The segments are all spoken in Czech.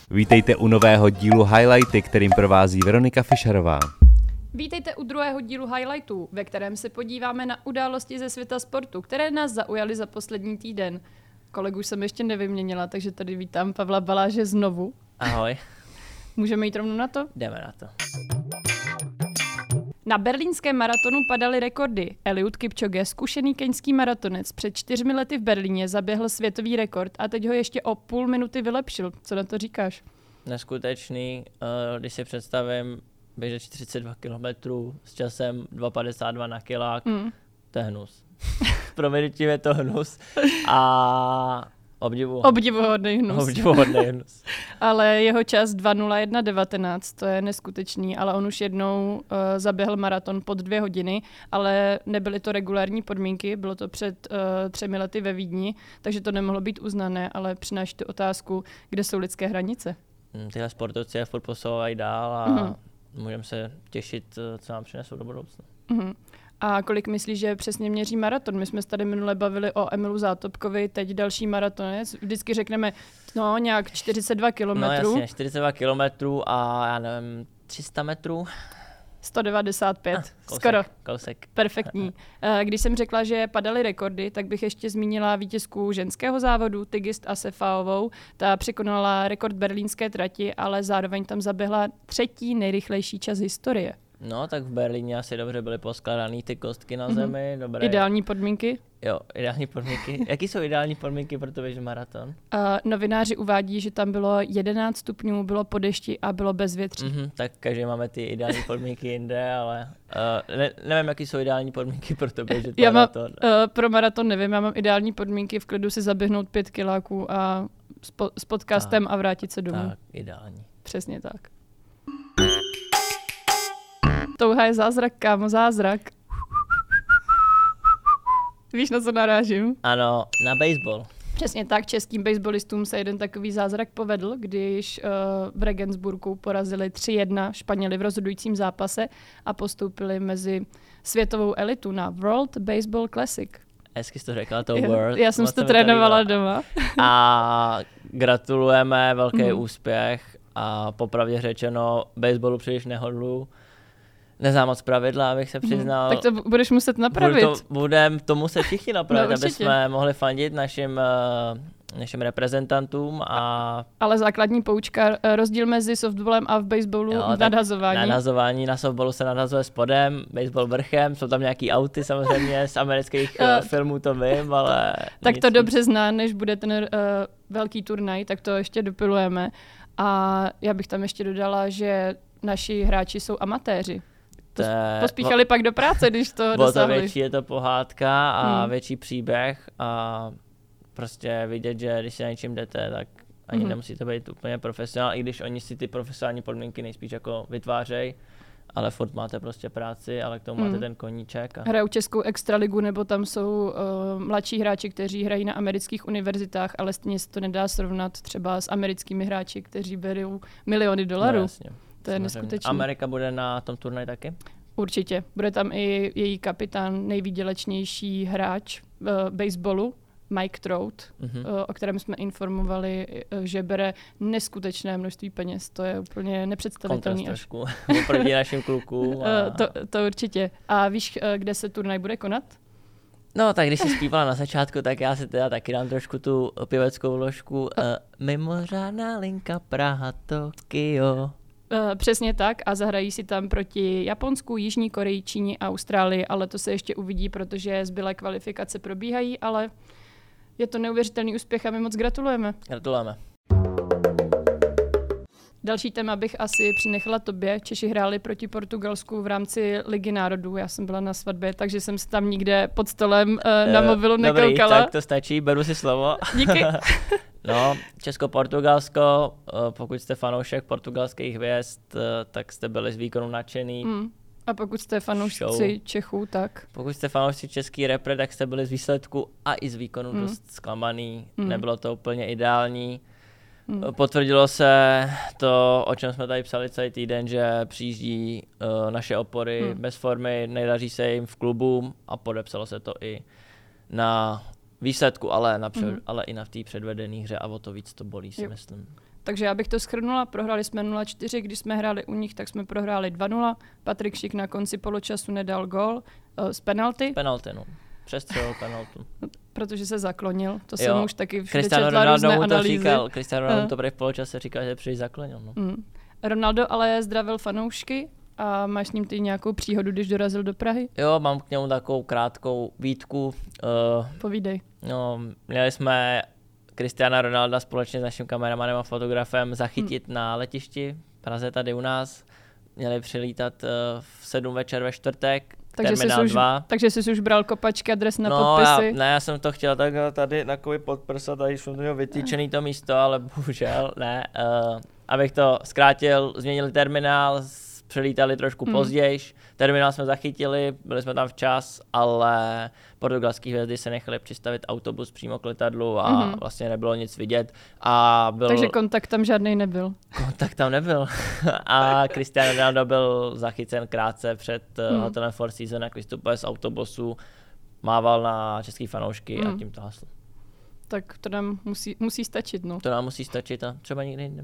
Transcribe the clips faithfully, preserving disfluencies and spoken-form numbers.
Vítejte u nového dílu Highlighty, kterým provází Veronika Fischerová. Vítejte u druhého dílu Highlightů, ve kterém se podíváme na události ze světa sportu, které nás zaujaly za poslední týden. Kolegu jsem ještě nevyměnila, takže tady vítám Pavla Baláže znovu. Ahoj. Můžeme jít rovnou na to? Jdeme na to. Na berlínském maratonu padaly rekordy. Eliud Kipchoge, zkušený keňský maratonec, před čtyřmi lety v Berlíně zaběhl světový rekord a teď ho ještě o půl minuty vylepšil. Co na to říkáš? Neskutečný, když si představím běžet čtyřicet dva kilometrů s časem dva padesát dva na kilák, mm. to je hnus. Proměnitím je to hnus a obdivu. Obdivuhodný hnus. Obdivuhodný hnus. Ale jeho čas dva nula jedna devatenáct, to je neskutečný, ale on už jednou uh, zaběhl maraton pod dvě hodiny, ale nebyly to regulární podmínky, bylo to před uh, třemi lety ve Vídni, takže to nemohlo být uznané, ale přináší tu otázku, kde jsou lidské hranice. Tyhle sportovci je furt posouvají dál a mm-hmm. můžeme se těšit, co nám přinesou do budoucna. Mm-hmm. A kolik myslíš, že přesně měří maraton? My jsme se tady minule bavili o Emilu Zátopkovi, teď další maratonec. Vždycky řekneme, no nějak čtyřicet dva kilometrů. No jasně, čtyřicet dva kilometrů a já nevím, tři sta metrů. sto devadesát pět, ah, kousek, skoro. Kousek. Perfektní. Když jsem řekla, že padaly rekordy, tak bych ještě zmínila vítězku ženského závodu, Tigist Assefaovou. Ta překonala rekord berlínské trati, ale zároveň tam zaběhla třetí nejrychlejší čas historie. No, tak v Berlíně asi dobře byly poskladaný ty kostky na zemi. Mm-hmm. Dobré. Ideální podmínky? Jo, ideální podmínky. Jaký jsou ideální podmínky pro to běžet maraton? Uh, novináři uvádí, že tam bylo jedenáct stupňů, bylo po dešti a bylo bez větří. Mm-hmm, tak každý máme ty ideální podmínky jinde, ale uh, ne, nevím, jaký jsou ideální podmínky pro to běžet já maraton. Mám, uh, pro maraton nevím, já mám ideální podmínky v klidu si zaběhnout pět kiláků a s, po, s podcastem tak, a vrátit se domů. Tak, ideální. Přesně tak. Touha je zázrak, kámo, zázrak. Víš, na co narážím? Ano, na baseball. Přesně tak, českým baseballistům se jeden takový zázrak povedl, když uh, v Regensburgu porazili tři jedna Španěli v rozhodujícím zápase a postoupili mezi světovou elitu na World Baseball Classic. Hezky jsi to řekla, to já, World. Já jsem si to trénovala doma. A gratulujeme, velký mm. úspěch a popravdě řečeno, baseballu příliš nehodlu. Neznám moc pravidla, abych se přiznal. Tak to budeš muset napravit. To, budem to muset všichni napravit, no, aby jsme mohli fandit našim, uh, našim reprezentantům. A... Ale základní poučka, rozdíl mezi softballem a v baseballu jo, v nadhazování. Nadhazování, na softballu se nadhazuje spodem, baseball vrchem, jsou tam nějaký auty samozřejmě, z amerických uh, filmů to vím, ale... Tak to dobře zná, než bude ten uh, velký turnaj, tak to ještě dopilujeme. A já bych tam ještě dodala, že naši hráči jsou amatéři. Pospíchali bo, pak do práce, když to dosáhli. To větší je to pohádka a hmm. větší příběh a prostě vidět, že když si na něčím jdete, tak ani hmm. nemusíte být úplně profesionál, i když oni si ty profesionální podmínky nejspíš jako vytvářejí, ale furt máte prostě práci, ale k tomu hmm. máte ten koníček. A... Hrajou českou extraligu, nebo tam jsou uh, mladší hráči, kteří hrají na amerických univerzitách, ale stejně se to nedá srovnat třeba s americkými hráči, kteří berou miliony dolarů. No, jasně. To je neskutečné. Amerika bude na tom turnaji taky? Určitě. Bude tam i její kapitán, nejvýdělečnější hráč uh, baseballu, Mike Trout, mm-hmm. uh, o kterém jsme informovali, uh, že bere neskutečné množství peněz. To je úplně nepředstavitelný. Kontrast trošku oproti našim klukům. A... Uh, to, to určitě. A víš, uh, kde se turnaj bude konat? No, tak když jsi zpívala na začátku, tak já si teda taky dám trošku tu pěveckou vložku. Uh, mimořádná linka Praha, Tokio. Uh, přesně tak a zahrají si tam proti Japonsku, Jižní Koreji, Číně a Austrálii, ale to se ještě uvidí, protože zbylé kvalifikace probíhají, ale je to neuvěřitelný úspěch a my moc gratulujeme. Gratulujeme. Další téma bych asi přinechala tobě. Češi hráli proti Portugalsku v rámci Ligy národů. Já jsem byla na svatbě, takže jsem se tam nikde pod stolem uh, na mobilu nekoukala. Dobrý, tak to stačí, beru si slovo. Díky. No, Česko-Portugalsko, pokud jste fanoušek portugalských hvězd, tak jste byli z výkonu nadšený. Mm. A pokud jste fanoušci Čechů, tak? Pokud jste fanoušci český repre, tak jste byli z výsledku a i z výkonu mm. dost zklamaný. Mm. Nebylo to úplně ideální. Mm. Potvrdilo se to, o čem jsme tady psali celý týden, že přijíždí uh, naše opory mm. bez formy, nedaří se jim v klubu a podepsalo se to i na výsledku, ale, na před, mm. ale i na té předvedené hře a o to víc to bolí, si jo. myslím. Takže já bych to shrnula, prohráli jsme nula čtyři, když jsme hráli u nich, tak jsme prohráli dva nula. Patrik Šik na konci poločasu nedal gól uh, z penalty. Penalty, no. Přestřelil penaltu. Protože se zaklonil, to jo. jsem už taky všude Cristiano četla Ronaldo různé mu to analýzy. říkal, Cristiano Ronaldo Uh. to prý v poločase říkal, že příliš zaklonil. No. Mm. Ronaldo ale zdravil fanoušky a máš s ním ty nějakou příhodu, když dorazil do Prahy? Jo, mám k němu takovou krátkou výtku. Uh, Povídej. No, měli jsme Cristiana Ronalda společně s naším kameramanem a fotografem zachytit hmm. na letišti v Praze tady u nás. Měli přilítat uh, v sedm večer ve čtvrtek, takže terminál už, dva. Takže jsi už bral kopačky a dres na no, podpisy? Já, ne, já jsem to chtěl tak tady na kovy podprsa, tady jsem měl vytýčený to místo, ale bohužel ne. Uh, abych to zkrátil, změnili terminál, přelítali trošku hmm. později. Terminál jsme zachytili, byli jsme tam včas, ale portugalský hvězdy se nechali přistavit autobus přímo k letadlu a hmm. vlastně nebylo nic vidět. A byl... Takže kontakt tam žádný nebyl. Kontakt tam nebyl. A Cristiano Ronaldo byl zachycen krátce před hmm. hotelem Four Seasons, jak vystupuje z autobusu, mával na český fanoušky hmm. a tím to hasl. Tak to nám musí, musí stačit, no. To nám musí stačit a třeba nikdy jinde.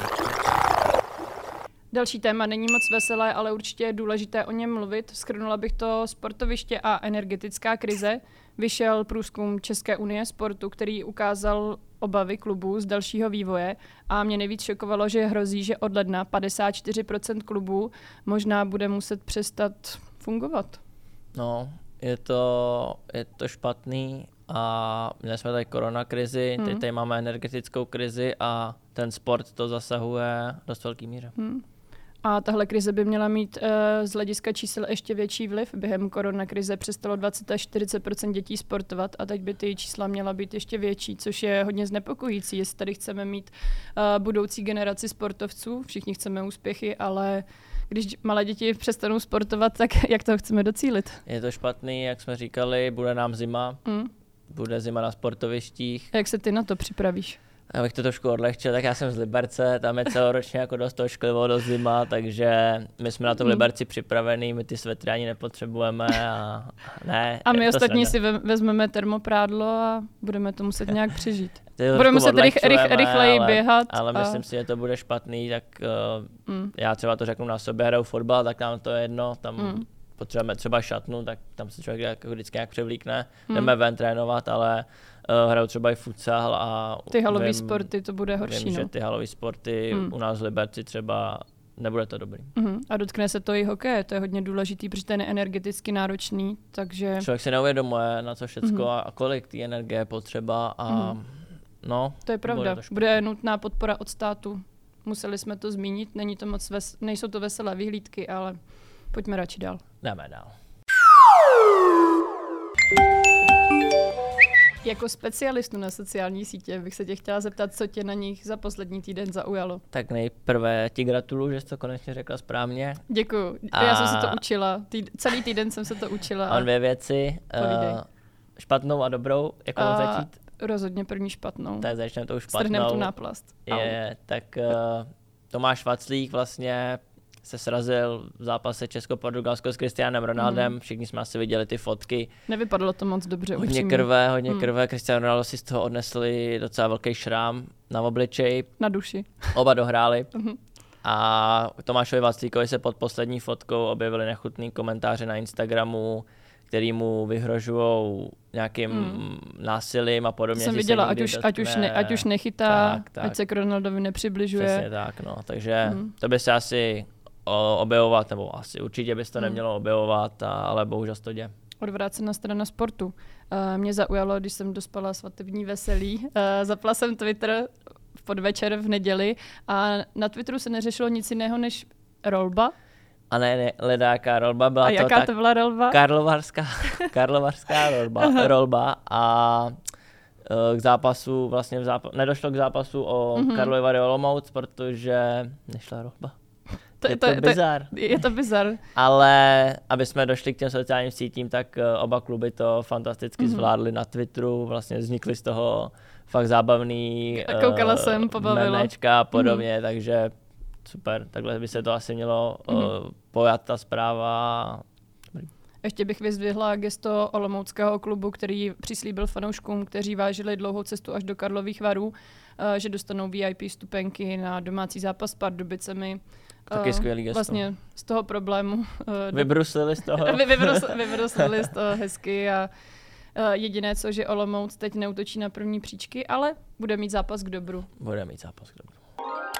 Další téma není moc veselé, ale určitě je důležité o něm mluvit. Shrnula bych to sportoviště a energetická krize. Vyšel průzkum České unie sportu, který ukázal obavy klubů z dalšího vývoje a mě nejvíc šokovalo, že hrozí, že od ledna padesát čtyři procent klubů možná bude muset přestat fungovat. No, je to, je to špatný a měli jsme tady koronakrizi, hmm. teď tady máme energetickou krizi a ten sport to zasahuje dost velký míře. Hmm. A tahle krize by měla mít uh, z hlediska čísel ještě větší vliv. Během koronakrize přestalo dvacet až čtyřicet procent dětí sportovat a teď by ty čísla měla být ještě větší, což je hodně znepokojící. Jestli tady chceme mít uh, budoucí generaci sportovců, všichni chceme úspěchy, ale když malé děti přestanou sportovat, tak jak toho chceme docílit? Je to špatný, jak jsme říkali, bude nám zima, mm. bude zima na sportovištích. A jak se ty na to připravíš? Abych to trošku odlehčil, tak já jsem z Liberce, tam je celoročně jako dost ošklivo, dost zima, takže my jsme na to v Liberci připravení, my ty svetry ani nepotřebujeme a ne. A my ostatní si vezmeme termoprádlo a budeme to muset nějak přežít. Budeme muset rych, rych, rychleji ale, běhat. Ale a... myslím si, že to bude špatný, tak uh, mm. já třeba to řeknu na sobě, hraju fotbal, tak nám to je jedno, tam mm. potřebujeme třeba šatnu, tak tam se člověk jako vždycky nějak převlíkne, mm. jdeme ven trénovat, ale Uh, hrajou třeba i futsal a ty halové sporty, to bude horší. Vím, no. že ty halové sporty mm. u nás v Liberci třeba nebude to dobrý. Mm. A dotkne se to i hokeje, to je hodně důležitý, protože ten je energeticky náročný, takže... Člověk si neuvědomuje, na co všecko mm. a kolik té energie je potřeba a mm. no... To je pravda, bude, to bude nutná podpora od státu. Museli jsme to zmínit, není to moc ves... nejsou to veselé vyhlídky, ale pojďme radši dál. Jdeme dál. Jako specialistu na sociální sítě bych se tě chtěla zeptat, co tě na nich za poslední týden zaujalo. Tak nejprve ti gratuluju, že jsi to konečně řekla správně. Děkuju, a... já jsem se to učila, Týd- celý týden jsem se to učila. Mám dvě věci, uh, špatnou a dobrou, jakou mám a... začít? Rozhodně první špatnou. Tak začneme tou špatnou. Strhnem tu náplast. Je, tak uh, Tomáš Vaclík vlastně se srazil v zápase Česko-Portugalsko s Cristianem Ronaldem. Mm. Všichni jsme asi viděli ty fotky. Nevypadalo to moc dobře. Hodně upřímně. krve, hodně mm. krve. Cristiano Ronaldo si z toho odnesli docela velký šrám na obličeji. Na duši. Oba dohráli. mm. A Tomášovi Vaclíkovi se pod poslední fotkou objevily nechutný komentáře na Instagramu, který mu vyhrožují nějakým mm. násilím a podobně. To jsem viděla, ať už, ať, už ne, ať už nechytá, tak, tak. ať se k Ronaldovi nepřibližuje. Přesně tak, no. Takže mm. to by se asi objevovat, nebo asi určitě bys to nemělo objevovat, a, ale bohužel to děje. Odvrácená strana sportu. Uh, mě zaujalo, když jsem dospala svatební veselí. Uh, zapla jsem Twitter v podvečer v neděli a na Twitteru se neřešilo nic jiného než rolba. A ne, ne ledáká rolba. Byla a to jaká tak to byla rolba? Karlovarská, karlovarská rolba, rolba a k zápasu, vlastně v zápa- nedošlo k zápasu o mm-hmm. Karlovy Vary Olomouc, protože nešla rolba. To, je to, to, to bizar. Je to bizar. Ale aby jsme došli k těm sociálním sítím, tak oba kluby to fantasticky mm-hmm. zvládli na Twitteru, vlastně vznikly z toho fakt zábavný Koukala uh, jsem, pobavilo. memečka a podobně, mm-hmm. takže super, takhle by se to asi mělo mm-hmm. uh, pojat ta zpráva. Ještě bych vyzdvihla gesto olomouckého klubu, který přislíbil fanouškům, kteří vážili dlouhou cestu až do Karlových Varů, že dostanou V I P stupenky na domácí zápas s Pardubicemi. Taky skvělý gesto. Vlastně z toho problému. Vybruslili z toho. Vy, vybrus, vybruslili z toho hezky a jediné co, že Olomouc teď neútočí na první příčky, ale bude mít zápas k dobru. Bude mít zápas k dobru.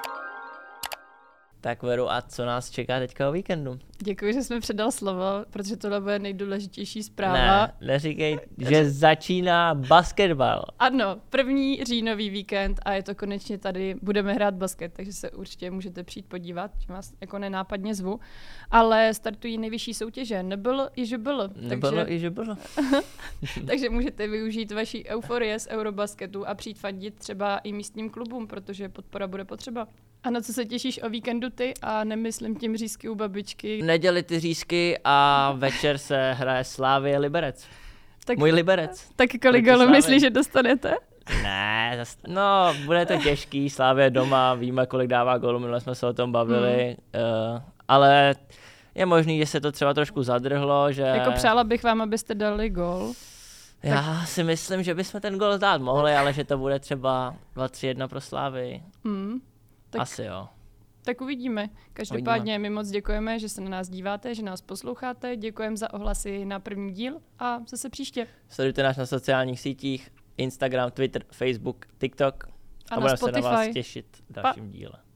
Tak Veru, a co nás čeká teďka o víkendu? Děkuji, že jsme předal slovo, protože tohle bude nejdůležitější zpráva. Ne, neříkej, že začíná basketbal. Ano, první říjnový víkend a je to konečně tady, budeme hrát basket, takže se určitě můžete přijít podívat, že vás jako nenápadně zvu. Ale startují nejvyšší soutěže, nebyl i že bylo. Nebylo takže... i že bylo. Takže můžete využít vaší euforie z Eurobasketu a přijít fandit třeba i místním klubům, protože podpora bude potřeba. A na co se těšíš o víkendu ty? A nemyslím tím řízky u babičky. Neděli ty řízky a večer se hraje Slavie Liberec. Tak, Můj Liberec. Tak kolik gólů myslíš, že dostanete? Ne, zas, no, bude to těžký, Slavie doma, víme, kolik dává gólů, minule jsme se o tom bavili, hmm. uh, ale je možný, že se to třeba trošku zadrhlo, že... Jako přála bych vám, abyste dali gól. Já tak... si myslím, že bychom ten gól dát mohli, ale že to bude třeba dva tři jedna pro Slavii. Hmm. Tak, Asi jo. Tak uvidíme. Každopádně uvidíme. My moc děkujeme, že se na nás díváte, že nás posloucháte. Děkujeme za ohlasy na první díl a zase příště. Sledujte nás na sociálních sítích, Instagram, Twitter, Facebook, TikTok. A, a na budeme Spotify. se na vás těšit v dalším pa. díle.